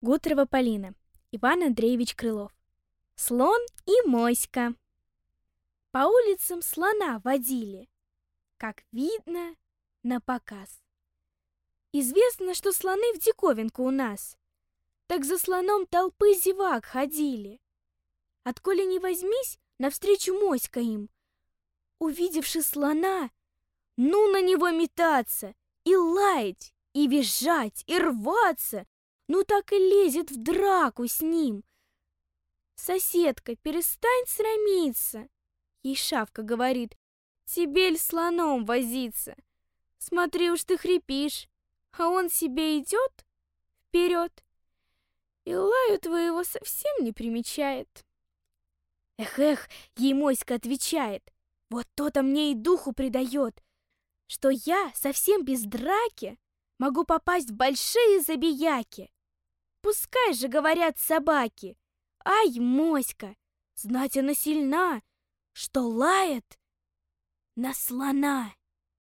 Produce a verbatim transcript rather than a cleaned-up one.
Гутрова Полина. Иван Андреевич Крылов. Слон и моська. По улицам слона водили, как видно, на показ. Известно, что слоны в диковинку у нас, так за слоном толпы зевак ходили. Отколи не возьмись, навстречу моська им, увидевши слона, ну на него метаться, и лаять, и визжать, и рваться, ну так и лезет в драку с ним. «Соседка, перестань срамиться!» Ей шавка говорит: «Тебе ль слоном возиться? Смотри уж ты хрипишь, а он себе идет вперед, и лаю твоего совсем не примечает». Эх-эх, ей моська отвечает: «Вот то-то мне и духу придает, что я совсем без драки могу попасть в большие забияки. Пускай же говорят собаки: ай, моська, знать она сильна, что лает на слона».